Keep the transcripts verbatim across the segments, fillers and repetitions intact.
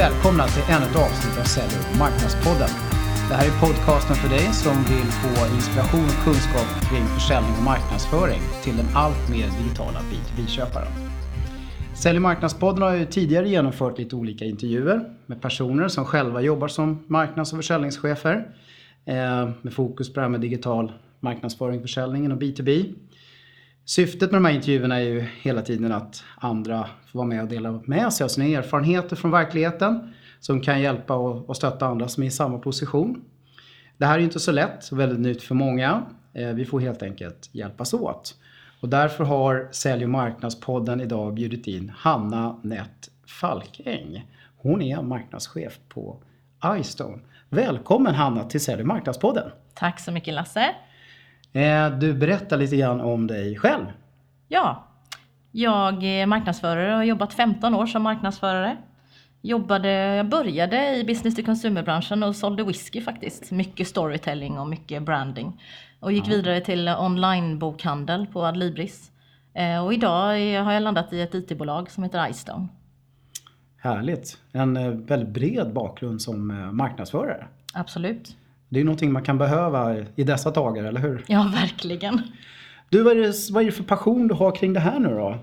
välkomna till ännu ett avsnitt av Sälj och marknadspodden. Det här är podcasten för dig som vill få inspiration och kunskap kring försäljning och marknadsföring till den allt mer digitala B två B-köparen. Sälj och marknadspodden har ju tidigare genomfört lite olika intervjuer med personer som själva jobbar som marknads- och försäljningschefer eh, med fokus på det här med digital marknadsföring, försäljningen och B två B. Syftet med de här intervjuerna är ju hela tiden att andra får vara med och dela med sig av sina erfarenheter från verkligheten som kan hjälpa och stötta andra som är i samma position. Det här är ju inte så lätt och väldigt nytt för många. Vi får helt enkelt hjälpas åt. Och därför har Sälj- och marknadspodden idag bjudit in Hanna Nett Falkäng. Hon är marknadschef på iStone. Välkommen Hanna till Sälj- och marknadspodden. Tack så mycket Lasse. Du berättar lite grann om dig själv. Ja, jag är marknadsförare och har jobbat femton år som marknadsförare. Jobbade, jag började i business to consumer-branschen och sålde whisky faktiskt. Mycket storytelling och mycket branding. Och gick ja. vidare till online-bokhandel på Adlibris. Och idag har jag landat i ett I T-bolag som heter iStone. Härligt. En väldigt bred bakgrund som marknadsförare. Absolut. Det är någonting man kan behöva i dessa dagar, eller hur? Ja, verkligen. Du, vad är det, vad är det för passion du har kring det här nu då?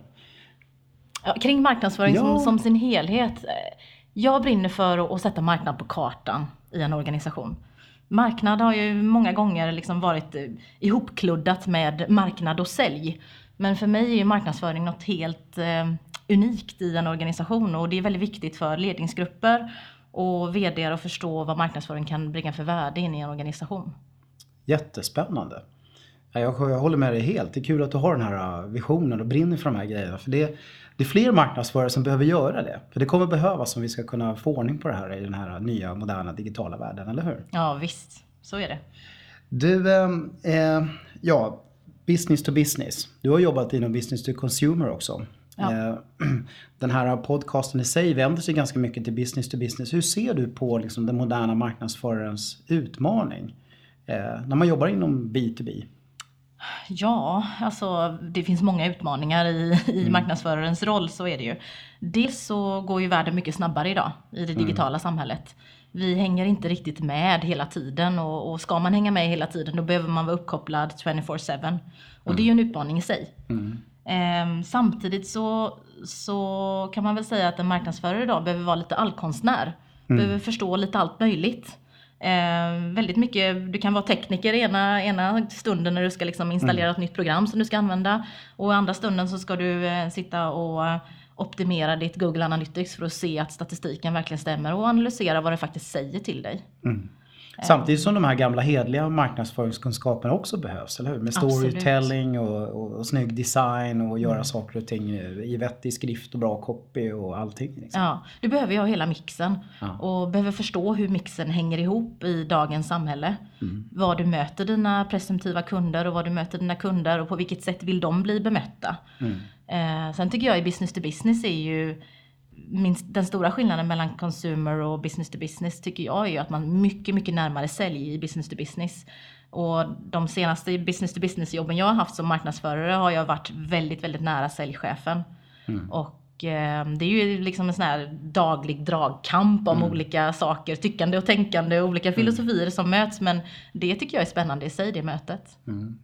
Ja, kring marknadsföring ja. som, som sin helhet. Jag brinner för att sätta marknad på kartan i en organisation. Marknad har ju många gånger liksom varit ihopkluddat med marknad och sälj. Men för mig är ju marknadsföring något helt eh, unikt i en organisation. Och det är väldigt viktigt för ledningsgrupper och vd att förstå vad marknadsföring kan bringa för värde in i en organisation. Jättespännande. Jag, jag håller med dig helt. Det är kul att du har den här visionen och brinner för de här grejerna. För det, det är fler marknadsförare som behöver göra det. För det kommer behövas om vi ska kunna få ordning på det här i den här nya, moderna, digitala världen, eller hur? Ja, visst. Så är det. Du, eh, ja, business to business. Du har jobbat inom business to consumer också. Ja. Den här podcasten i sig vänder sig ganska mycket till business to business. Hur ser du på liksom den moderna marknadsförarens utmaning eh, när man jobbar inom B två B? Ja, alltså det finns många utmaningar i, i mm. marknadsförarens roll, så är det ju. Dels så går ju världen mycket snabbare idag i det digitala mm. samhället. Vi hänger inte riktigt med hela tiden och, och ska man hänga med hela tiden då behöver man vara uppkopplad tjugofyra sju. Och mm. det är ju en utmaning i sig. Mm. Ehm, samtidigt så, så kan man väl säga att en marknadsförare idag behöver vara lite allkonstnär. Mm. Behöver förstå lite allt möjligt. Eh, väldigt mycket, du kan vara tekniker ena, ena stunden när du ska liksom installera mm. ett nytt program som du ska använda. Och i andra stunden så ska du eh, sitta och eh, optimera ditt Google Analytics för att se att statistiken verkligen stämmer och analysera vad det faktiskt säger till dig. Mm. Samtidigt som de här gamla hedliga marknadsföringskunskaperna också behövs, eller hur? Med storytelling och, och, och snygg design och göra mm. saker och ting i vettig skrift och bra copy och allting. Liksom. Ja, du behöver ju ha hela mixen ja. och behöver förstå hur mixen hänger ihop i dagens samhälle. Mm. Vad du möter dina presumtiva kunder och vad du möter dina kunder och på vilket sätt vill de bli bemötta. Mm. Eh, sen tycker jag i business to business är ju minst, den stora skillnaden mellan consumer och business to business tycker jag är ju att man mycket, mycket närmare säljer i business to business. Och de senaste business to business jobben jag har haft som marknadsförare har jag varit väldigt, väldigt nära säljchefen. Mm. Och eh, det är ju liksom en sån här daglig dragkamp om mm. olika saker, tyckande och tänkande och olika filosofier mm. som möts. Men det tycker jag är spännande i sig, det mötet. Mm.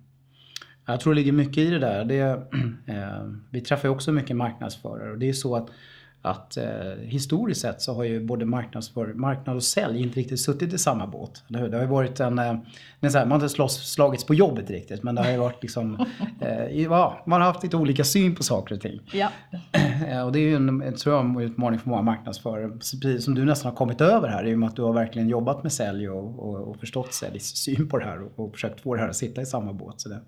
Jag tror det ligger mycket i det där. Det, eh, vi träffar ju också mycket marknadsförare och det är så att att eh, historiskt sett så har ju både marknadsför, marknad och sälj inte riktigt suttit i samma båt. Det har ju varit en, eh, en så här, man har inte slåss, slagits på jobbet riktigt, men det har ju varit liksom, eh, ja, man har haft lite olika syn på saker och ting. Ja. Eh, och det är ju en, en, tror jag, en utmaning för många marknadsförare, precis som du nästan har kommit över här, i och med att du har verkligen jobbat med sälj och, och, och förstått säljs syn på det här och, och försökt få det här att sitta i samma båt. Så det.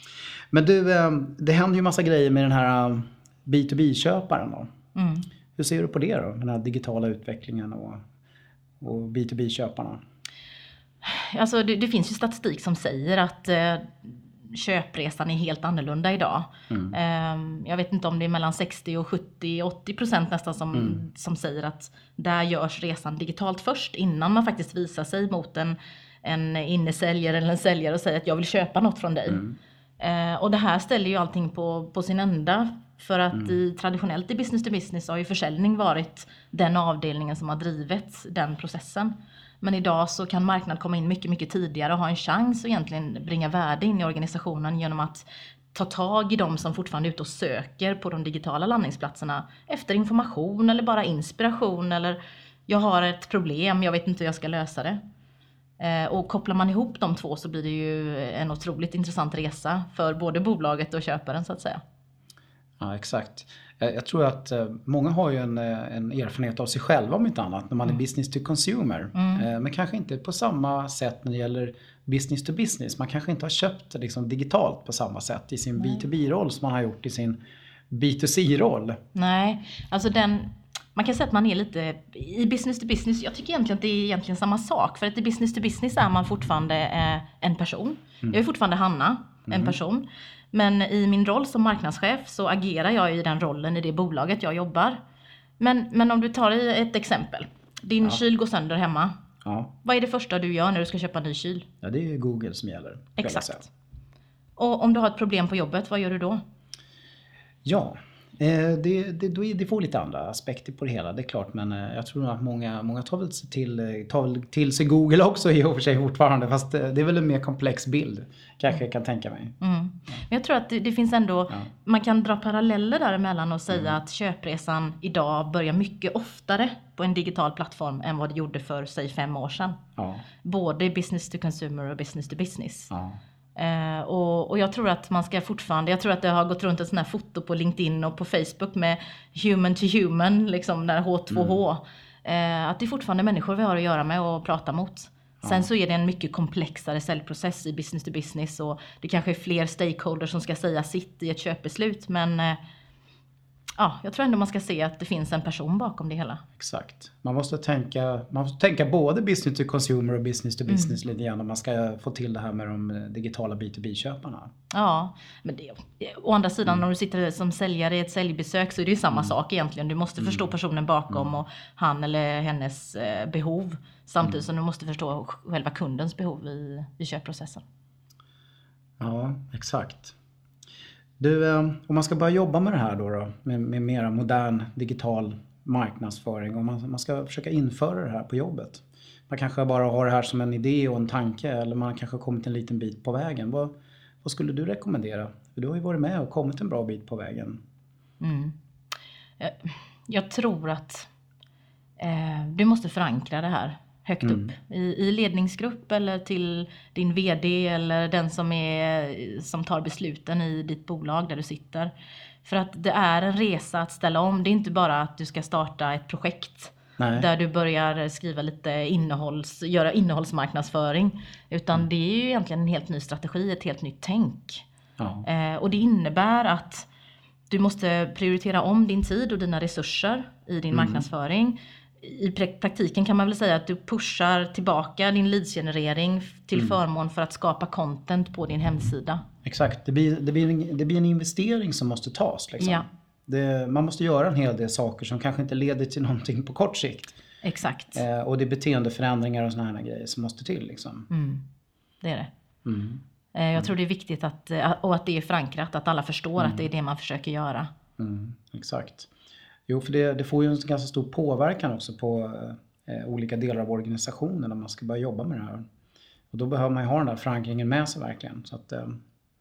Men du, eh, det händer ju massa grejer med den här B två B-köparen då. Mm. Hur ser du på det då, den här digitala utvecklingen och, och B två B-köparna? Alltså det, det finns ju statistik som säger att eh, köpresan är helt annorlunda idag. Mm. Eh, jag vet inte om det är mellan sextio och sjuttio åttio procent nästan som, mm. som säger att där görs resan digitalt först innan man faktiskt visar sig mot en, en innesäljare eller en säljare och säger att jag vill köpa något från dig. Mm. Eh, och det här ställer ju allting på, på sin ända. För att Mm. i, traditionellt i business to business har ju försäljning varit den avdelningen som har drivit den processen. Men idag så kan marknad komma in mycket, mycket tidigare och ha en chans att egentligen bringa värde in i organisationen genom att ta tag i de som fortfarande är ute och söker på de digitala landningsplatserna efter information eller bara inspiration eller jag har ett problem, jag vet inte hur jag ska lösa det. Eh, och kopplar man ihop de två så blir det ju en otroligt intressant resa för både bolaget och köparen så att säga. Ja, exakt. Jag tror att många har ju en, en erfarenhet av sig själva om inte annat när man är business to consumer. Mm. Men kanske inte på samma sätt när det gäller business to business. Man kanske inte har köpt liksom digitalt på samma sätt i sin Nej. B to B-roll som man har gjort i sin B to C-roll. Nej, alltså den... Man kan säga att man är lite i business to business. Jag tycker egentligen att det är egentligen samma sak. För att i business to business är man fortfarande en person. Mm. Jag är fortfarande Hanna, en mm. person. Men i min roll som marknadschef så agerar jag i den rollen i det bolaget jag jobbar. Men, men om du tar ett exempel. Din ja. kyl går sönder hemma. Ja. Vad är det första du gör när du ska köpa en ny kyl? Ja, det är Google som gäller. Exakt. Och om du har ett problem på jobbet, vad gör du då? Ja, det, det, det får lite andra aspekter på det hela, det är klart. Men jag tror att många, många tar, väl till, tar väl till sig Google också i och för sig fortfarande. Fast det är väl en mer komplex bild, kanske jag kan tänka mig. Mm. Men jag tror att det, det finns ändå, ja. man kan dra paralleller däremellan och säga mm. att köpresan idag börjar mycket oftare på en digital plattform än vad det gjorde för, säg fem år sedan. Ja. Både business to consumer och business to business. Ja. Uh, och, och jag tror att man ska fortfarande, jag tror att det har gått runt ett sån här foto på LinkedIn och på Facebook med human to human, liksom där H två H. Mm. Uh, att det är fortfarande människor vi har att göra med och prata mot. Ja. Sen så är det en mycket komplexare säljprocess i business to business och det kanske är fler stakeholders som ska säga sitt i ett köpbeslut. Men uh, ja, jag tror ändå man ska se att det finns en person bakom det hela. Exakt. Man måste tänka, man måste tänka både business to consumer och business to business mm. lite grann om man ska få till det här med de digitala B to B-köparna. Ja, men det, å andra sidan mm. när du sitter som säljare i ett säljbesök så är det ju samma mm. sak egentligen. Du måste förstå personen bakom mm. och han eller hennes eh, behov samtidigt mm. som du måste förstå själva kundens behov i, i köpprocessen. Ja, exakt. Du, om man ska börja jobba med det här då, då med, med mera modern digital marknadsföring och man, man ska försöka införa det här på jobbet. Man kanske bara har det här som en idé och en tanke eller man kanske har kommit en liten bit på vägen. Vad, vad skulle du rekommendera? För du har ju varit med och kommit en bra bit på vägen. Mm. Jag, jag tror att eh, du måste förankra det här högt mm. upp i, i ledningsgrupp eller till din vd eller den som, är, som tar besluten i ditt bolag där du sitter. För att det är en resa att ställa om. Det är inte bara att du ska starta ett projekt Nej. där du börjar skriva lite innehålls, göra innehållsmarknadsföring. Utan mm. det är ju egentligen en helt ny strategi, ett helt nytt tänk. Ja. Eh, och det innebär att du måste prioritera om din tid och dina resurser i din mm. marknadsföring. I praktiken kan man väl säga att du pushar tillbaka din leadsgenerering till mm. förmån för att skapa content på din hemsida. Exakt, det blir, det blir, en, det blir en investering som måste tas. Liksom. Ja. Det, man måste göra en hel del saker som kanske inte leder till någonting på kort sikt. Exakt. Eh, och det är beteendeförändringar och såna här grejer som måste till. Liksom. Mm. Det är det. Mm. Eh, jag mm. tror det är viktigt att, och att det är förankrat, att alla förstår mm. att det är det man försöker göra. Mm. Exakt. Jo, för det, det får ju en ganska stor påverkan också på eh, olika delar av organisationen när man ska börja jobba med det här. Och då behöver man ju ha den där förankringen med sig verkligen. Så att, eh,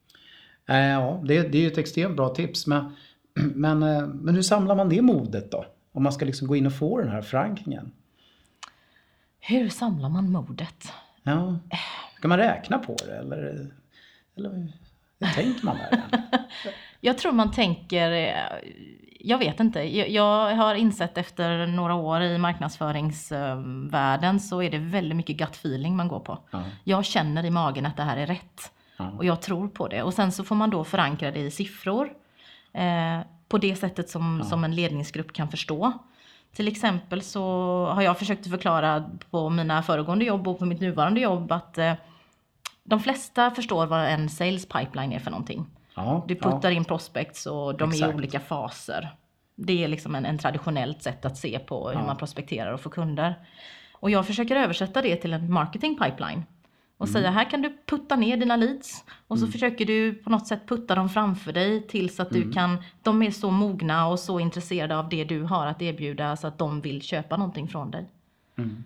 ja, det, det är ju ett extremt bra tips. Men, men, eh, men hur samlar man det modet då? Om man ska liksom gå in och få den här förankringen. Hur samlar man modet? Ja, ska man räkna på det eller, eller hur tänker man där? Jag tror man tänker... Jag vet inte. Jag har insett efter några år i marknadsföringsvärlden så är det väldigt mycket gut feeling man går på. Ja. Jag känner i magen att det här är rätt. Ja. Och jag tror på det. Och sen så får man då förankra det i siffror. Eh, på det sättet som, ja. som en ledningsgrupp kan förstå. Till exempel så har jag försökt förklara på mina föregående jobb och på mitt nuvarande jobb att eh, de flesta förstår vad en sales pipeline är för någonting. Ja, du puttar ja. in prospects och de Exakt. är i olika faser. Det är liksom en, en traditionellt sätt att se på hur ja. man prospekterar och får kunder. Och jag försöker översätta det till en marketing pipeline. Och Mm. säga, här kan du putta ner dina leads. Och så Mm. försöker du på något sätt putta dem framför dig tills att Mm. du kan, de är så mogna och så intresserade av det du har att erbjuda så att de vill köpa någonting från dig. Mm.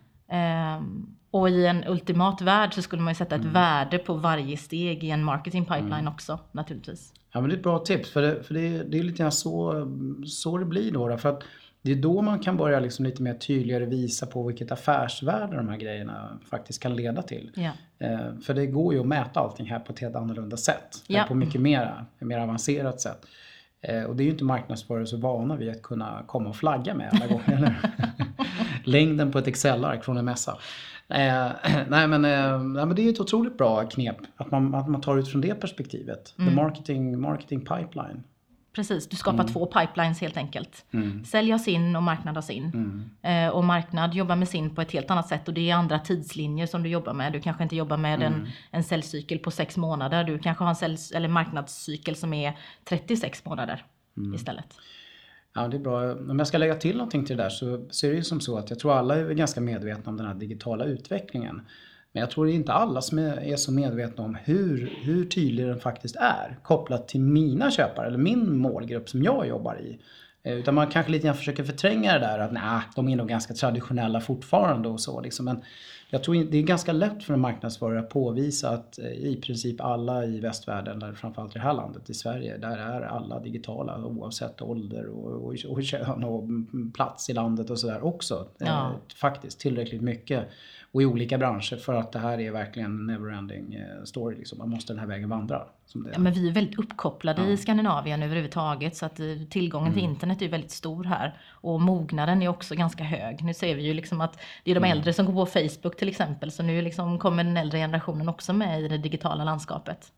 Um, och i en ultimat värld så skulle man ju sätta ett Mm. värde på varje steg i en marketing pipeline Mm. också naturligtvis. Ja, men det är ett bra tips, för det, för det, det är lite grann så, så det blir då, då. För att det är då man kan börja liksom lite mer tydligare visa på vilket affärsvärde de här grejerna faktiskt kan leda till. Ja. Eh, för det går ju att mäta allting här på ett helt annorlunda sätt. Ja. På mycket mer, mer avancerat sätt. Eh, och det är ju inte marknadsförare så vana vid att kunna komma och flagga med alla gånger. Eller? Längden på ett Excel-ark från en mässa. Eh, nej, men, eh, nej men det är ett otroligt bra knep att man, att man tar ut från det perspektivet. Mm. The marketing, marketing pipeline. Precis, du skapar Mm. två pipelines helt enkelt. Mm. Sälja sin och marknad sin. Mm. Eh, och marknad jobbar med sin på ett helt annat sätt och det är andra tidslinjer som du jobbar med. Du kanske inte jobbar med Mm. en, en säljcykel på sex månader. Du kanske har en säljs- eller marknadscykel som är trettiosex månader Mm. istället. Ja, det är bra. Om jag ska lägga till någonting till det där så, så är det ju som så att jag tror alla är ganska medvetna om den här digitala utvecklingen. Men jag tror det är inte alla som är, är så medvetna om hur, hur tydlig den faktiskt är kopplat till mina köpare eller min målgrupp som jag jobbar i. Eh, Utan man kanske lite grann försöker förtränga det där att nej, de är nog ganska traditionella fortfarande och så liksom. Men jag tror det är ganska lätt för en marknadsförare att påvisa att eh, i princip alla i västvärlden, där framförallt i det här landet, i Sverige, där är alla digitala oavsett ålder och, och, och kön och plats i landet och sådär också. Ja. Eh, faktiskt tillräckligt mycket. Och i olika branscher för att det här är verkligen en never-ending eh, story. Liksom. Man måste den här vägen vandra. Som det är. Ja, men vi är väldigt uppkopplade Ja. i Skandinavien överhuvudtaget så att eh, tillgången till Mm. internet är väldigt stor här. Och mognaden är också ganska hög. Nu ser vi ju liksom att det är de Mm. äldre som går på Facebook till exempel. Så nu liksom kommer den äldre generationen också med i det digitala landskapet.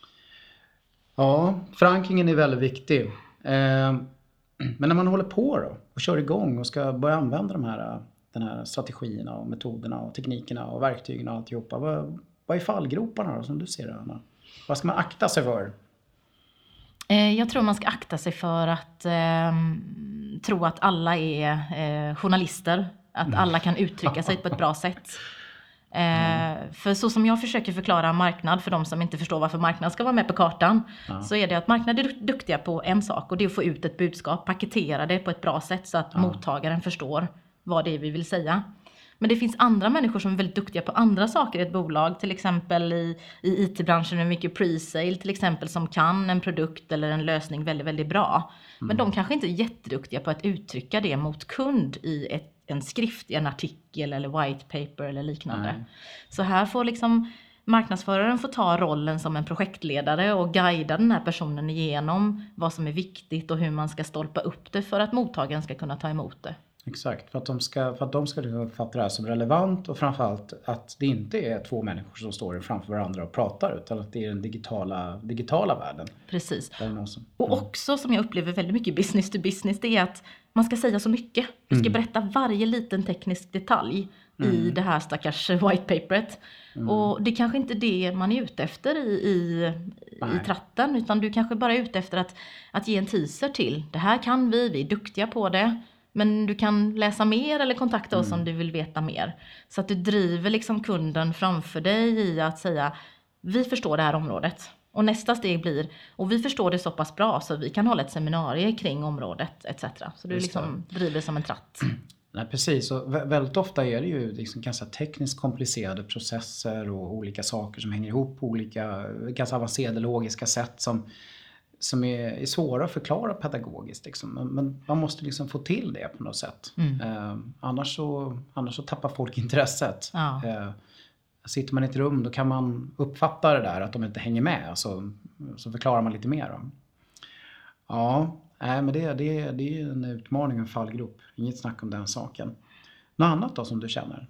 Ja, förankringen är väldigt viktig. Eh, men när man håller på då och kör igång och ska börja använda de här, den här strategierna och metoderna och teknikerna och verktygen och alltihopa. Vad, vad är fallgroparna då som du ser det, Anna? Vad ska man akta sig för? Eh, jag tror man ska akta sig för att eh, tro att alla är eh, journalister. Att alla kan uttrycka sig på ett bra sätt. Eh, för så som jag försöker förklara marknad för de som inte förstår varför marknad ska vara med på kartan. Ja. Så är det att marknad är duktiga på en sak och det är att få ut ett budskap. Paketera det på ett bra sätt så att Ja. mottagaren förstår vad det är vi vill säga. Men det finns andra människor som är väldigt duktiga på andra saker i ett bolag. Till exempel i, i I T-branschen är mycket pre-sale till exempel som kan en produkt eller en lösning väldigt, väldigt bra. Men de kanske inte är jätteduktiga på att uttrycka det mot kund i ett, en skrift, i en artikel eller white paper eller liknande. Nej. Så här får liksom marknadsföraren få ta rollen som en projektledare och guida den här personen igenom vad som är viktigt och hur man ska stolpa upp det för att mottagaren ska kunna ta emot det. Exakt, för att de ska, för att de ska uppfatta det här som relevant och framförallt att det inte är två människor som står framför varandra och pratar utan att det är den digitala, digitala världen. Precis. Där är någon som, Och ja. också som jag upplever väldigt mycket business to business, det är att man ska säga så mycket. Du ska Mm. berätta varje liten teknisk detalj i Mm. det här stackars whitepaperet. Mm. Och det kanske inte är det man är ute efter i, i, Nej. i tratten, utan du kanske bara är ute efter att, att ge en teaser till. Det här kan vi, vi är duktiga på det. Men du kan läsa mer eller kontakta oss Mm. om du vill veta mer. Så att du driver liksom kunden framför dig i att säga, vi förstår det här området. Och nästa steg blir, och vi förstår det så pass bra så vi kan hålla ett seminarium kring området et cetera. Så du Just liksom driver som en tratt. Nej, precis. Och vä- väldigt ofta är det ju liksom ganska tekniskt komplicerade processer och olika saker som hänger ihop på olika ganska avancerade logiska sätt som, som är, är svåra att förklara pedagogiskt. Liksom. Men, men man måste liksom få till det på något sätt. Mm. Eh, annars, så, annars så tappar folk intresset. Ja. Eh, sitter man i ett rum då kan man uppfatta det där att de inte hänger med. Så, så förklarar man lite mer. Då. Ja, nej, men det, det, det är en utmaning, en fallgrop. Inget snack om den saken. Något annat då som du känner?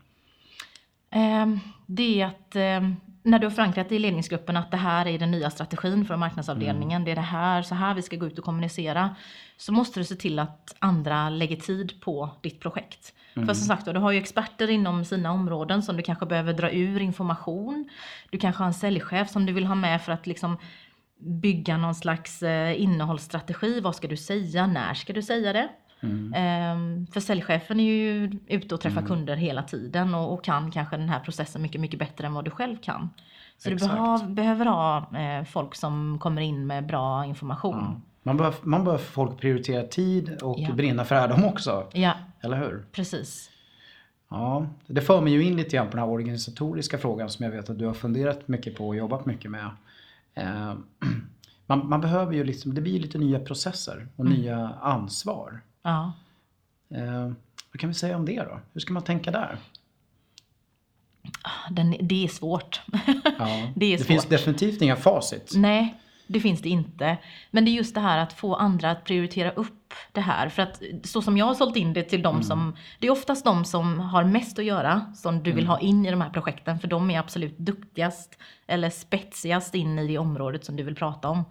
Eh, det är att eh, när du har förankrat i ledningsgruppen att det här är den nya strategin för marknadsavdelningen. Mm. Det är det här, så här vi ska gå ut och kommunicera. Så måste du se till att andra lägger tid på ditt projekt. Mm. För som sagt, du har ju experter inom sina områden som du kanske behöver dra ur information. Du kanske har en säljchef som du vill ha med för att liksom bygga någon slags eh, innehållsstrategi. Vad ska du säga? När ska du säga det? Mm. Ehm, för säljchefen är ju ute och träffar mm. kunder hela tiden och, och kan kanske den här processen mycket, mycket bättre än vad du själv kan. Så Exakt. du behöver, behöver ha eh, folk som kommer in med bra information. Ja. Man behöver, man behöver folk prioritera tid och ja. brinna för dem också. Ja, eller hur? Precis. Ja, det för mig ju in lite grann på den här organisatoriska frågan som jag vet att du har funderat mycket på och jobbat mycket med. Eh, man, man behöver ju liksom, det blir lite nya processer och mm. nya ansvar. Ja. Eh, vad kan vi säga om det då? Hur ska man tänka där? Den, det är svårt. Ja, det är det svårt. Finns definitivt inga facit. Nej, det finns det inte. Men det är just det här att få andra att prioritera upp det här. För att så som jag har sålt in det till dem mm. som... Det är oftast de som har mest att göra som du vill mm. ha in i de här projekten. För de är absolut duktigast eller spetsigast in i det området som du vill prata om.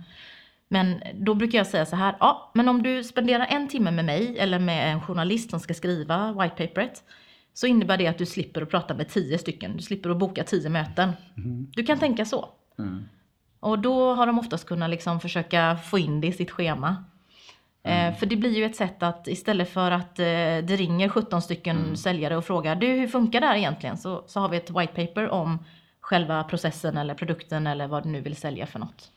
Men då brukar jag säga så här. Ja, men om du spenderar en timme med mig eller med en journalist som ska skriva whitepaperet. Så innebär det att du slipper att prata med tio stycken. Du slipper att boka tio möten. Mm. Du kan tänka så. Mm. Och då har de oftast kunnat liksom försöka få in det i sitt schema. Mm. Eh, för det blir ju ett sätt att istället för att eh, det ringer sjutton stycken mm. säljare och frågar. Du, hur funkar det här egentligen? Så, så har vi ett white paper om själva processen eller produkten eller vad du nu vill sälja för något.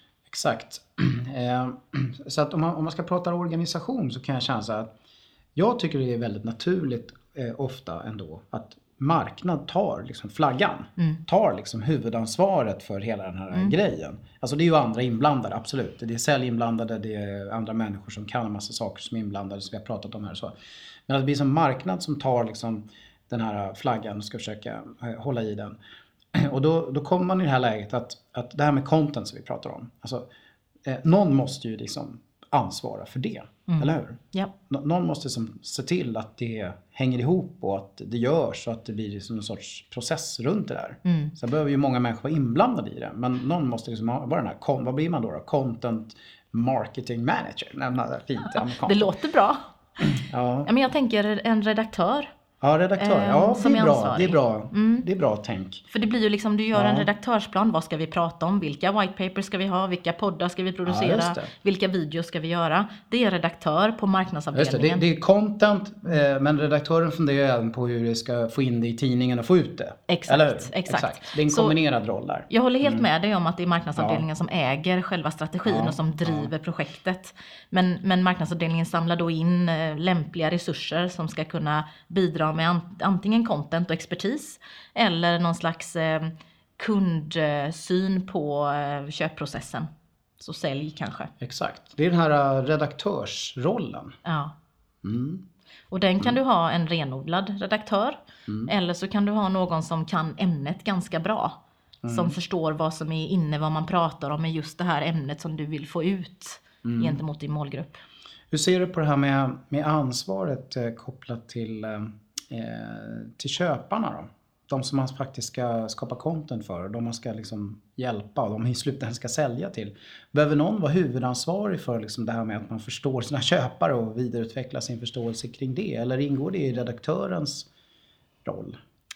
Exakt. Eh, så att om man, om man ska prata organisation så kan jag känna så att jag tycker det är väldigt naturligt eh, ofta ändå att marknad tar liksom flaggan, mm. tar liksom huvudansvaret för hela den här mm. grejen. Alltså det är ju andra inblandade, absolut. Det är sälj inblandade, det är andra människor som kan en massa saker som är inblandade som vi har pratat om här. Så. Men att det blir som marknad som tar liksom den här flaggan och ska försöka hålla i den. Och då, då kommer man i det här läget att, att det här med content som vi pratar om. Alltså, eh, någon måste ju liksom ansvara för det, mm. eller hur? Ja. Nå- någon måste liksom se till att det hänger ihop och att det görs och att det blir liksom en sorts process runt det där. Mm. Sen behöver ju många människor vara inblandade i det, men någon måste liksom vara den här, vad blir man då? då? Content marketing manager. Nämna fint amerikanskt. Det låter bra. Ja. Men jag tänker en redaktör. Ja, redaktör. Ja, det är, bra. det är bra. Mm. Det är bra tänk. För det blir ju liksom, du gör ja. en redaktörsplan. Vad ska vi prata om? Vilka white papers ska vi ha? Vilka poddar ska vi producera? Ja, vilka videos ska vi göra? Det är redaktör på marknadsavdelningen. Just det. Det, det är content, eh, men redaktören funderar även på hur det ska få in det i tidningen och få ut det. Exakt. Eller hur? Exakt. Exakt. Det är en kombinerad Så, roll där. Jag håller helt mm. med dig om att det är marknadsavdelningen ja. som äger själva strategin ja. och som driver ja. projektet. Men, men marknadsavdelningen samlar då in eh, lämpliga resurser som ska kunna bidra med ant- antingen content och expertis eller någon slags eh, kundsyn på eh, köpprocessen. Så sälj kanske. Exakt. Det är den här redaktörsrollen. Ja. Mm. Och den kan mm. du ha en renodlad redaktör. Mm. Eller så kan du ha någon som kan ämnet ganska bra. Mm. Som förstår vad som är inne, vad man pratar om med just det här ämnet som du vill få ut mm. gentemot din målgrupp. Hur ser du på det här med, med ansvaret eh, kopplat till... Eh, till köparna då? De som man faktiskt ska skapa content för, de man ska liksom hjälpa och de i slutändan ska sälja till. Behöver någon vara huvudansvarig för liksom det här med att man förstår sina köpare och vidareutveckla sin förståelse kring det? Eller ingår det i redaktörens roll?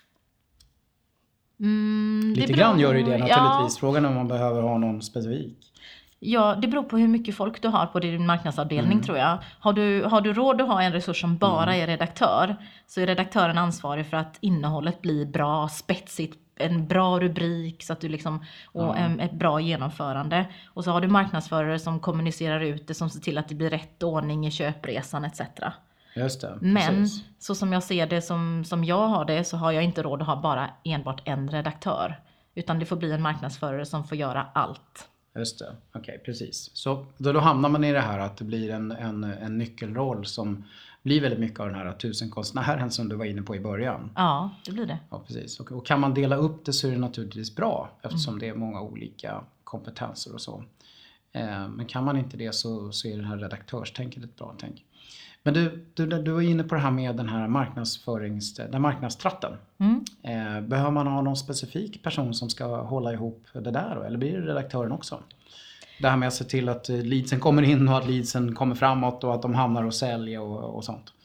Mm, Lite beror, grann gör ju det naturligtvis. Ja. Frågan är om man behöver ha någon specifik. Ja, det beror på hur mycket folk du har på din marknadsavdelning mm. tror jag. Har du, har du råd att ha en resurs som bara mm. är redaktör, så är redaktören ansvarig för att innehållet blir bra, spetsigt, en bra rubrik så att du liksom, och mm. en, ett bra genomförande. Och så har du marknadsförare som kommunicerar ut det, som ser till att det blir rätt ordning i köpresan et cetera. Just det, Men precis. så som jag ser det, som, som jag har det, så har jag inte råd att ha bara enbart en redaktör. Utan det får bli en marknadsförare som får göra allt. Just det, okej, okay, precis. Så då, då hamnar man i det här att det blir en, en, en nyckelroll som blir väldigt mycket av den här tusenkonstnären som du var inne på i början. Ja, det blir det. Ja, precis. Och, och kan man dela upp det så är det naturligtvis bra eftersom mm. det är många olika kompetenser och så. Eh, men kan man inte det så, så är det här redaktörstänket ett bra tänk. Men du, du, du var inne på det här med den här marknadsförings, den marknadstratten. Mm. Eh, behöver man ha någon specifik person som ska hålla ihop det där då? Eller blir det redaktören också? Det här med att se till att leadsen kommer in och att leadsen kommer framåt och att de hamnar och säljer och, och sånt.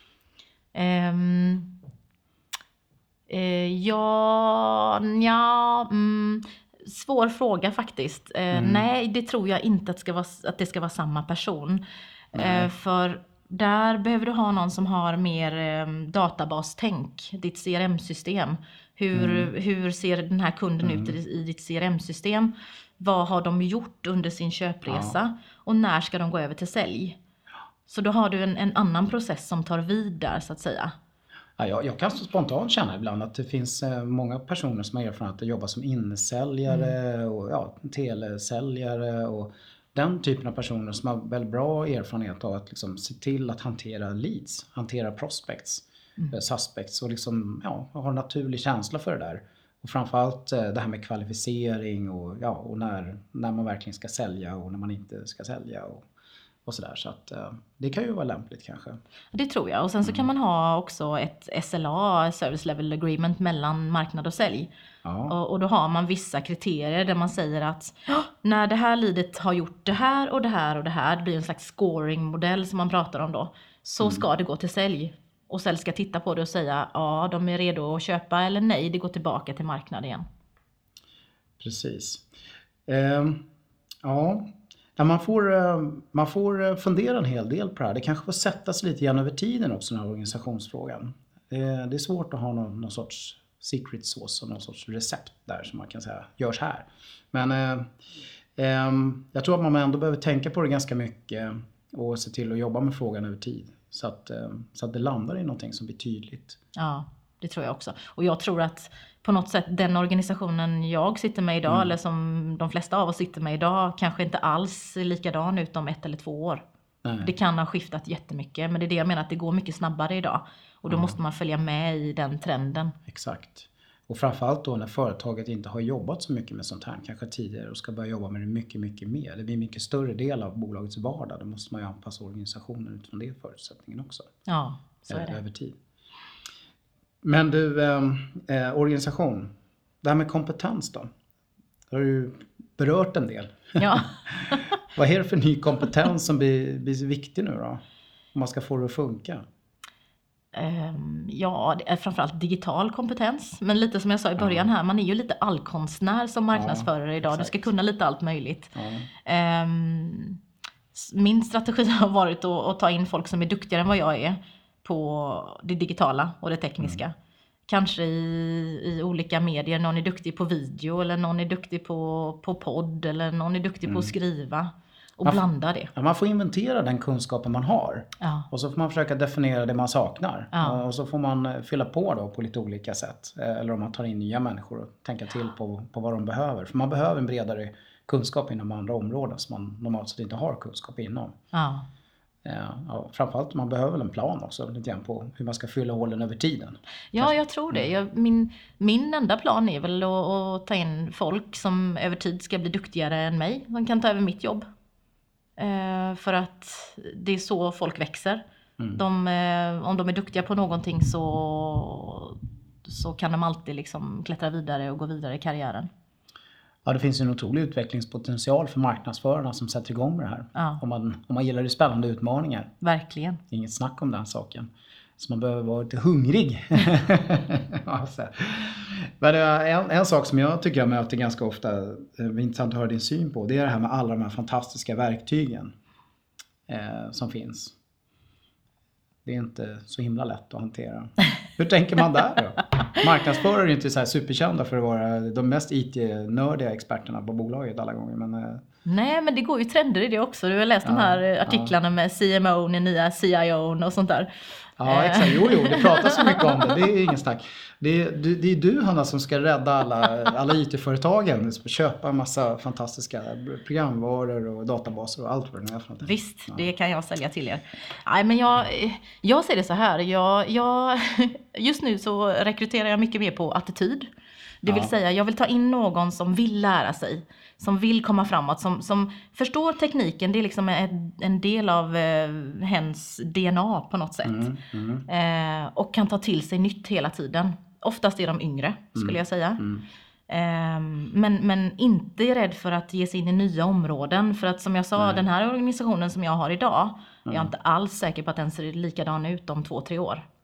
Um, eh, ja, ja mm, svår fråga faktiskt. Eh, mm. Nej, det tror jag inte att, ska vara, att det ska vara samma person. Eh, för Där behöver du ha någon som har mer eh, databastänk, ditt C R M-system. Hur, mm. hur ser den här kunden mm. ut i, i ditt C R M-system? Vad har de gjort under sin köpresa? Ja. Och när ska de gå över till sälj? Så då har du en, en annan process som tar vid där, så att säga. Ja, jag, jag kan så spontant känna ibland att det finns eh, många personer som har erfarenhet att jobba som insäljare mm. och ja, telesäljare och den typen av personer som har väldigt bra erfarenhet av att liksom se till att hantera leads, hantera prospects, mm. suspects och liksom, ja, har en naturlig känsla för det där. Och framförallt det här med kvalificering och, ja, och när, när man verkligen ska sälja och när man inte ska sälja och, och sådär. Så att det kan ju vara lämpligt kanske. Det tror jag. Och sen så mm. kan man ha också ett S L A, Service Level Agreement, mellan marknad och sälj. Ja. Och, och då har man vissa kriterier där man säger att när det här leadet har gjort det här och det här och det här, det blir en slags scoring-modell som man pratar om då, så mm. ska det gå till sälj. Och sälj ska titta på det och säga ja, de är redo att köpa eller nej, det går tillbaka till marknaden igen. Precis. Eh, ja, man får, man får fundera en hel del på det här. Det kanske får sättas lite grann över tiden också, den här organisationsfrågan. Eh, det är svårt att ha någon, någon sorts secret sauce och någon sorts recept där som man kan säga görs här. Men eh, eh, jag tror att man ändå behöver tänka på det ganska mycket och se till att jobba med frågan över tid. Så att, så att det landar i någonting som blir tydligt. Ja, det tror jag också. Och jag tror att på något sätt den organisationen jag sitter med idag, mm. eller som de flesta av oss sitter med idag, kanske inte alls är likadan ut om ett eller två år. Nej. Det kan ha skiftat jättemycket, men det är det jag menar, att det går mycket snabbare idag. Och då ja. måste man följa med i den trenden. Exakt. Och framförallt då när företaget inte har jobbat så mycket med sånt här kanske tidigare och ska börja jobba med det mycket, mycket mer. Det blir en mycket större del av bolagets vardag. Då måste man ju anpassa organisationen utifrån det förutsättningen också. Ja, så är det. Över tid. Men du, eh, organisation. Det här med kompetens då. Det har du berört en del. Ja. Vad är det för ny kompetens som blir, blir så viktig nu då? Om man ska få det att funka. Um, ja, det är framförallt digital kompetens. Men lite som jag sa i början här, man är ju lite allkonstnär som marknadsförare ja, idag. Exakt. Du ska kunna lite allt möjligt. Ja. Um, min strategi har varit att, att ta in folk som är duktigare än vad jag är på det digitala och det tekniska. Mm. Kanske i, i olika medier. Någon är duktig på video eller någon är duktig på, på podd eller någon är duktig mm. på att skriva. Och man blanda det. Ja, man får inventera den kunskapen man har. Ja. Och så får man försöka definiera det man saknar. Ja. Och så får man fylla på då på lite olika sätt. Eller om man tar in nya människor och tänka till på, på vad de behöver. För man behöver en bredare kunskap inom andra områden som man normalt sett inte har kunskap inom. Ja. Ja, framförallt man behöver en plan också lite grann på hur man ska fylla hålen över tiden. Ja, jag tror det. Jag, min, min enda plan är väl att, att ta in folk som över tid ska bli duktigare än mig. De kan ta över mitt jobb. Eh, för att det är så folk växer. Mm. De, eh, om de är duktiga på någonting så, så kan de alltid liksom klättra vidare och gå vidare i karriären. Ja, det finns en otrolig utvecklingspotential för marknadsförarna som sätter igång med det här. Ja. Om, man, om man gillar det spännande utmaningar. Verkligen. Inget snack om den saken. Så man behöver vara lite hungrig. alltså. Men en, en sak som jag tycker jag möter ganska ofta, det är intressant att höra din syn på, det är det här med alla de här fantastiska verktygen eh, som finns. Det är inte så himla lätt att hantera. Hur tänker man där då? Marknadsförare är ju inte så här superkända för att vara de mest I T-nördiga experterna på bolaget alla gånger. Men, eh... Nej, men det går ju trender i det också. Du har läst ja, de här artiklarna ja. med C M O, den nya C I O och sånt där. Ja, exakt. Jo, jo, det pratas så mycket om det. Det är ingen snack. Det är, det är du, Hanna, som ska rädda alla, alla I T-företagen. Köpa en massa fantastiska programvaror och databaser och allt vad det är för något. Visst, ja. Det kan jag sälja till er. Nej, men jag, jag ser det så här. Jag, jag, just nu så rekryterar jag mycket mer på attityd. Det vill ja. säga, jag vill ta in någon som vill lära sig. Som vill komma framåt. Som, som förstår tekniken. Det är liksom en, en del av eh, hens D N A på något sätt. Mm, mm. Eh, och kan ta till sig nytt hela tiden. Oftast är de yngre, skulle mm, jag säga. Mm. Eh, men, men inte är rädd för att ge sig in i nya områden. För att som jag sa, Nej. den här organisationen som jag har idag. Mm. Är jag inte alls säker på att den ser likadan ut om två, tre år.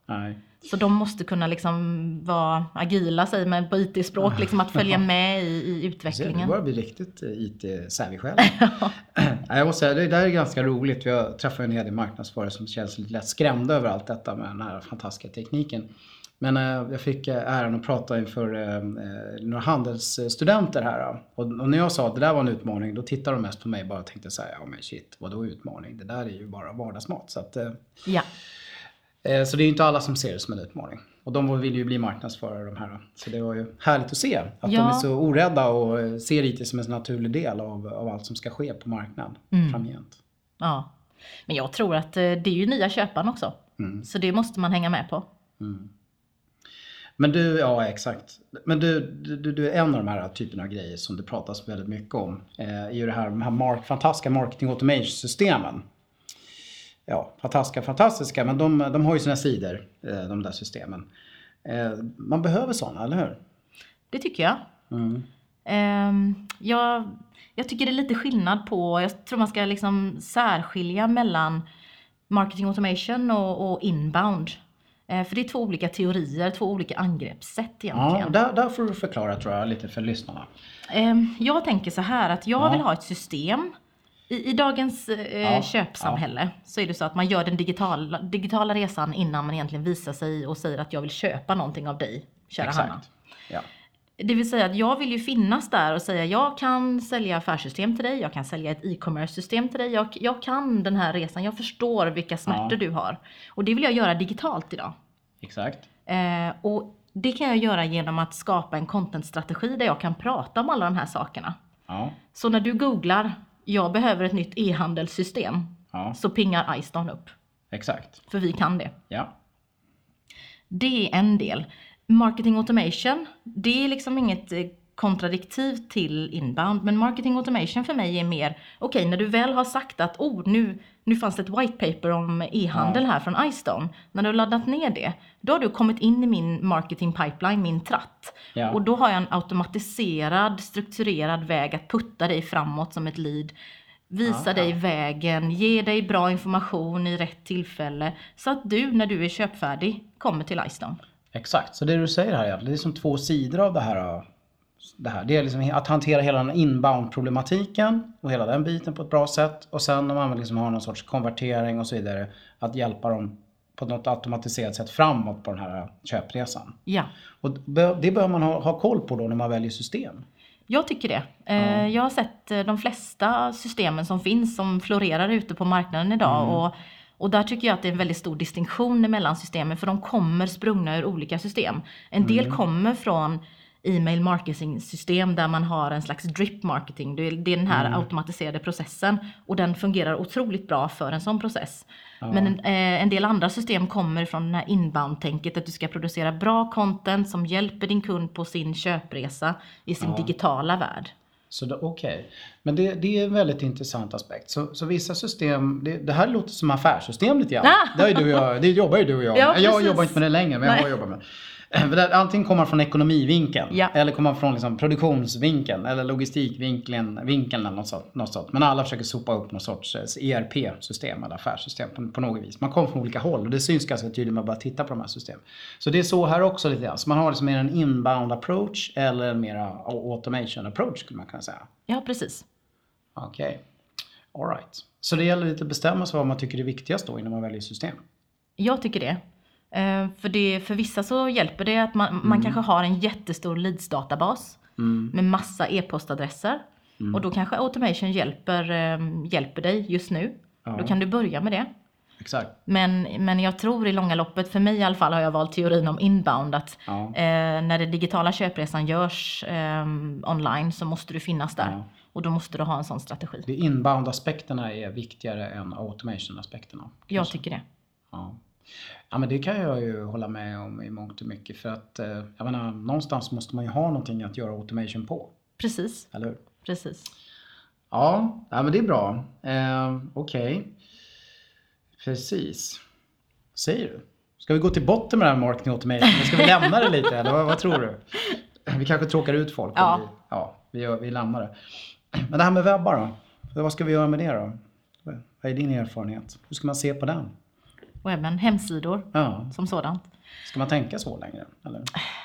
Nej. Så de måste kunna liksom vara agila, säger man på I T-språk, liksom att följa med i, i utvecklingen. Det börjar bli riktigt I T-savvy själv. Jag måste säga, det där är ganska roligt. Jag träffar en hel del marknadsförare som känns lite lätt skrämda över allt detta med den här fantastiska tekniken. Men äh, jag fick äh, äran att prata inför äh, några handelsstudenter här. Och, och när jag sa att det där var en utmaning, då tittade de mest på mig och bara tänkte så här, ja men shit, vadå utmaning? Det där är ju bara vardagsmat. Så att, äh, ja. äh, så det är ju inte alla som ser det som en utmaning. Och de vill ju bli marknadsförare de här. Så det var ju härligt att se att ja. de är så orädda och ser I T som en naturlig del av, av allt som ska ske på marknaden mm. framgent. Ja, men jag tror att det är ju nya köparen också. Mm. Så det måste man hänga med på. Mm. Men du, ja exakt. Men du, du, du är en av de här typerna av grejer som det pratas väldigt mycket om. Eh, är ju det här, de här mark, fantastiska marketing automation-systemen. Ja, fantastiska, fantastiska. Men de, de har ju sina sidor, eh, de där systemen. Eh, man behöver sådana, eller hur? Det tycker jag. Mm. Eh, jag. Jag tycker det är lite skillnad på, jag tror man ska liksom särskilja mellan marketing automation och, och inbound. För det är två olika teorier, två olika angreppssätt egentligen. Ja, där, där får du förklara tror jag lite för lyssnarna. Jag tänker så här att jag ja. vill ha ett system. I, i dagens ja, köpsamhälle ja. så är det så att man gör den digitala, digitala resan innan man egentligen visar sig och säger att jag vill köpa någonting av dig, kära Exakt. Hanna. Ja. Det vill säga att jag vill ju finnas där och säga jag kan sälja affärssystem till dig, jag kan sälja ett e-commerce-system till dig, jag, jag kan den här resan, jag förstår vilka smärtor ja. du har. Och det vill jag göra digitalt idag. Exakt. Eh, och det kan jag göra genom att skapa en content-strategi där jag kan prata om alla de här sakerna. Ja. Så när du googlar, jag behöver ett nytt e-handelssystem, ja. så pingar iStone upp. Exakt. För vi kan det. Ja. Det är en del. Marketing automation, det är liksom inget kontradiktiv till inbound. Men marketing automation för mig är mer, okej okay, när du väl har sagt att oh, nu, nu fanns det ett white paper om e-handel ja. här från iStone. När du har laddat ner det, då har du kommit in i min marketing pipeline, min tratt. Ja. Och då har jag en automatiserad, strukturerad väg att putta dig framåt som ett lead. Visa Aha. dig vägen, ge dig bra information i rätt tillfälle. Så att du, när du är köpfärdig, kommer till iStone. Exakt, så det du säger här, det är som två sidor av det här. Det, här. det är liksom att hantera hela den inbound-problematiken och hela den biten på ett bra sätt. Och sen om man liksom har någon sorts konvertering och så vidare, att hjälpa dem på något automatiserat sätt framåt på den här köpresan. Ja. Och det bör man ha, ha koll på då när man väljer system. Jag tycker det. Mm. Jag har sett de flesta systemen som finns som florerar ute på marknaden idag mm. och Och där tycker jag att det är en väldigt stor distinktion mellan systemen. För de kommer sprungna ur olika system. En del mm. kommer från e-mail marketing system där man har en slags drip marketing. Det är den här mm. automatiserade processen. Och den fungerar otroligt bra för en sån process. Ja. Men en, eh, en del andra system kommer från den här inbound-tänket. Att du ska producera bra content som hjälper din kund på sin köpresa i sin ja. digitala värld. Så okej, okay. Men det, det är en väldigt intressant aspekt. Så, så vissa system, det, det här låter som affärssystem lite grann. Ah! Det, är du och jag, det jobbar ju du och jag ja, med. Jag jobbar inte med det längre, men Nej. jag har jobbat med det. Antingen kommer man från ekonomivinkeln, ja. eller kommer man från liksom produktionsvinkeln, eller logistikvinkeln vinkeln eller något sånt, något sånt. Men alla försöker sopa upp någon sorts E R P-system eller affärssystem på, på något vis. Man kommer från olika håll och det syns ganska tydligt när man bara tittar på de här systemen. Så det är så här också lite grann. Så man har liksom mer en inbound approach eller en mera automation approach skulle man kunna säga. Ja, precis. Okej, okay. All right. Så det gäller lite att bestämma sig vad man tycker är viktigast då innan man väljer system. Jag tycker det. För, det, för vissa så hjälper det att man, mm. man kanske har en jättestor leads-databas mm. med massa e-postadresser. Mm. Och då kanske automation hjälper, hjälper dig just nu. Ja. Då kan du börja med det. Exakt. Men, men jag tror i långa loppet, för mig i alla fall har jag valt teorin om inbound. Att ja. eh, när den digitala köpresan görs eh, online så måste du finnas där. Ja. Och då måste du ha en sån strategi. De inbound-aspekterna är viktigare än automation-aspekterna. Kanske. Jag tycker det. Ja. Ja, men det kan jag ju hålla med om i mångt och mycket. För att, jag menar, någonstans måste man ju ha någonting att göra automation på. Precis. Eller hur? Precis. Ja, ja men det är bra. Eh, Okej. Okay. Precis. Säger du? Ska vi gå till botten med det här marketing automation? Ska vi lämna det lite? Eller vad, vad tror du? Vi kanske tråkar ut folk. Ja. Vi, ja, vi, vi lämnar det. Men det här med webbar då? Vad ska vi göra med det då? Vad är din erfarenhet? Hur ska man se på den? webben, hemsidor Ja. som sådant. Ska man tänka så längre? Eller?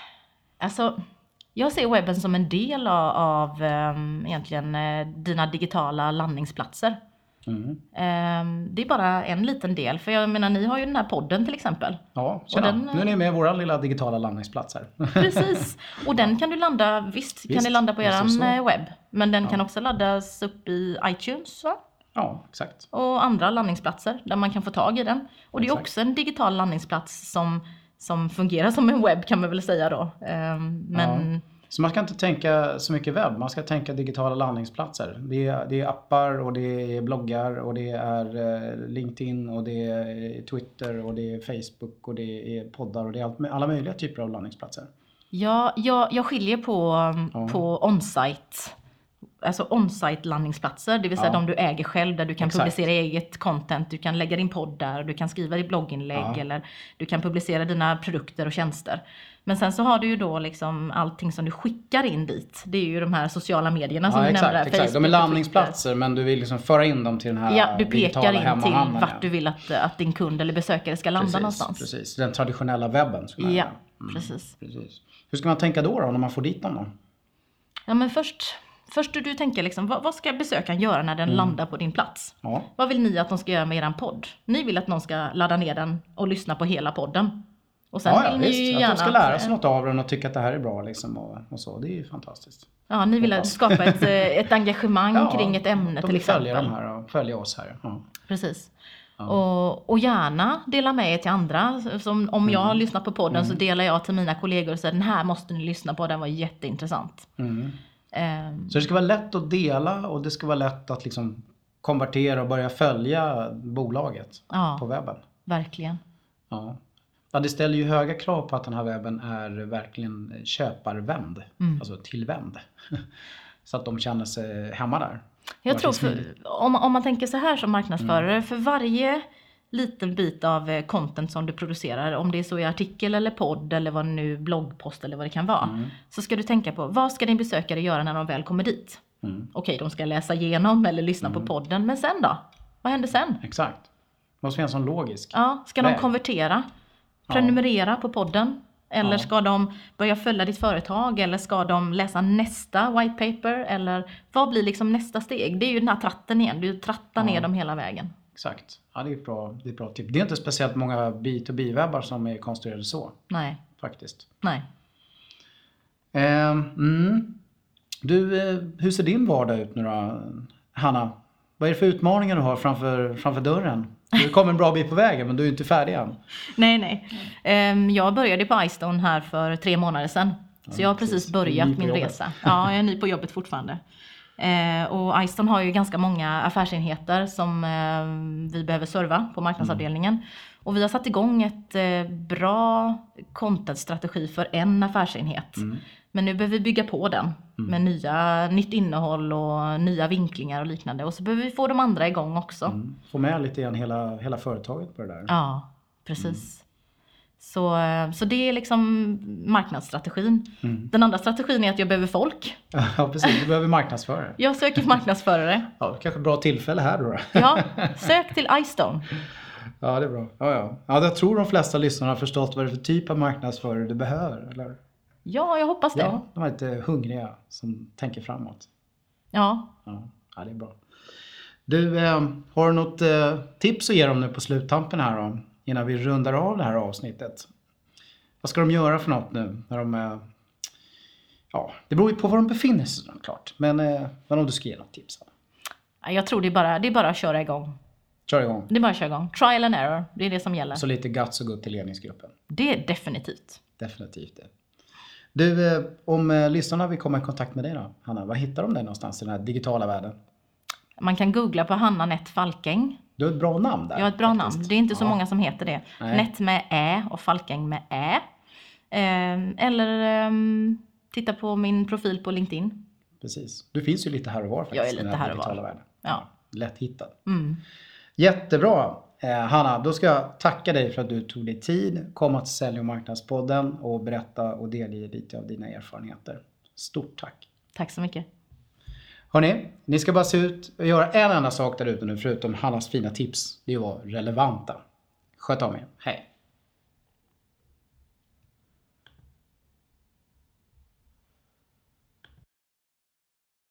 Alltså, jag ser webben som en del av, av um, egentligen uh, dina digitala landningsplatser. Mm. Um, det är bara en liten del. För jag menar, ni har ju den här podden till exempel. Ja, tjena. Den, Nu är ni med i våra lilla digitala landningsplats här. Precis. Och den kan du landa, visst, visst kan ni landa på er webb. Men den ja. kan också laddas upp i iTunes, va? Ja, exakt. Och andra landningsplatser där man kan få tag i den. Och det är exakt. också en digital landningsplats som, som fungerar som en webb, kan man väl säga då. Um, men... Ja. Så man ska inte tänka så mycket webb, man ska tänka digitala landningsplatser. Det är, det är appar och det är bloggar och det är eh, LinkedIn och det är Twitter och det är Facebook och det är poddar och det är allt, alla möjliga typer av landningsplatser. Ja, jag, jag skiljer på, ja. på on-site. Alltså on-site landningsplatser, det vill säga ja. de du äger själv, där du kan Exakt. publicera eget content, du kan lägga din podd där, du kan skriva ditt blogginlägg ja. eller du kan publicera dina produkter och tjänster. Men sen så har du ju då liksom allting som du skickar in dit. Det är ju de här sociala medierna som ja, du exakt, nämnde där. Exakt. De är landningsplatser, men du vill liksom föra in dem till den här ja, du pekar in till handen, vart ja. du vill att, att din kund eller besökare ska landa precis, någonstans. Precis, den traditionella webben. Ja, mm, precis. precis. Hur ska man tänka då, då när man får dit dem då? Ja, men först... Först du, du tänker liksom, vad, vad ska besökaren göra när den mm. landar på din plats? Ja. Vad vill ni att de ska göra med er podd? Ni vill att någon ska ladda ner den och lyssna på hela podden. Och sen ja, ja, vill visst. ni ju att gärna de ska lära sig något av den och tycka att det här är bra liksom och, och så. Det är ju fantastiskt. Ja, ni vill att skapa ett, ett engagemang ja, kring ett ämne till exempel. De följer de här och följer oss här. Ja. Precis. Ja. Och, och gärna dela med er till andra. Som om jag har mm. lyssnat på podden mm. så delar jag till mina kollegor och säger den här måste ni lyssna på, den var jätteintressant. Mm. Så det ska vara lätt att dela och det ska vara lätt att liksom konvertera och börja följa bolaget ja, på webben. Verkligen. Ja. Ja, det ställer ju höga krav på att den här webben är verkligen köparvänd. Mm. Alltså tillvänd. Så att de känner sig hemma där. Jag tror för, om, om man tänker så här som marknadsförare, mm. för varje liten bit av content som du producerar, om det är så i artikel eller podd eller vad nu, bloggpost eller vad det kan vara, mm. så ska du tänka på, vad ska din besökare göra när de väl kommer dit? Mm. Okej, de ska läsa igenom eller lyssna mm. på podden, men sen då? Vad händer sen? Exakt. Det måste finnas en logisk. Ja, ska väg. de konvertera? Prenumerera ja. på podden? Eller ja. ska de börja följa ditt företag? Eller ska de läsa nästa white paper? Eller vad blir liksom nästa steg? Det är ju den här tratten igen, du trattar ja. ner dem hela vägen. Exakt. Ja, det är ett bra, det är ett bra tips. Det är inte speciellt många B to B-webbar som är konstruerade så. Nej. Faktiskt. Nej. Eh, mm. Du, eh, hur ser din vardag ut nu då, Hanna? Vad är det för utmaningar du har framför, framför dörren? Du kommer en bra bit på vägen, men du är inte färdig än. Nej, nej. Um, jag började på iStone här för tre månader sedan. Ja, så jag har precis, precis börjat min jobbet. resa. Ja, jag är ny på jobbet fortfarande. Eh, och iStone har ju ganska många affärsenheter som eh, vi behöver serva på marknadsavdelningen. Mm. Och vi har satt igång ett eh, bra contentstrategi för en affärsenhet. Mm. Men nu behöver vi bygga på den mm. med nya, nytt innehåll och nya vinklingar och liknande. Och så behöver vi få de andra igång också. Mm. Få med lite grann hela, hela företaget på det där. Ja, precis. Mm. Så, så det är liksom marknadsstrategin. Mm. Den andra strategin är att jag behöver folk. Ja, precis. Du behöver marknadsförare. Jag söker marknadsförare. Ja, kanske bra tillfälle här då. Ja, sök till iStone. Ja, det är bra. Ja, ja. Ja, jag tror de flesta lyssnarna har förstått vad det är för typ av marknadsförare du behöver, eller? Ja, jag hoppas det. Ja, de är lite hungriga som tänker framåt. Ja. Ja, ja det är bra. Du, eh, har du något eh, tips att ge dem nu på sluttampen här då? Innan vi rundar av det här avsnittet. Vad ska de göra för något nu? När de är... Ja, det beror ju på var de befinner sig såklart. Men, eh, men om du ska ge något tips? Jag tror det är bara, det är bara att köra igång. Kör igång. Det är bara att köra igång. Trial and error, det är det som gäller. Så lite guts och gå upp till ledningsgruppen. Det är definitivt. Definitivt det. Du, eh, om eh, lyssnarna vill komma i kontakt med dig då, Hanna, vad hittar de dig någonstans i den här digitala världen? Man kan googla på Hanna Nett Falkäng. Du har ett bra namn där. Jag har ett bra faktiskt. namn. Det är inte så ja. många som heter det. Nej. Nett med Ä och Falkäng med Ä. Eh, eller eh, titta på min profil på LinkedIn. Precis. Du finns ju lite här och var faktiskt. Jag är lite här och var. Världen. Ja. Lätt hittad. Mm. Jättebra. Eh, Hanna, då ska jag tacka dig för att du tog dig tid, komma till Sälj- och marknadspodden och berätta och delge lite av dina erfarenheter. Stort tack. Tack så mycket. Hörrni, ni ska bara se ut och göra en enda sak där ute nu förutom Hannas fina tips. Det är att vara relevanta. Sköt om er. Hej!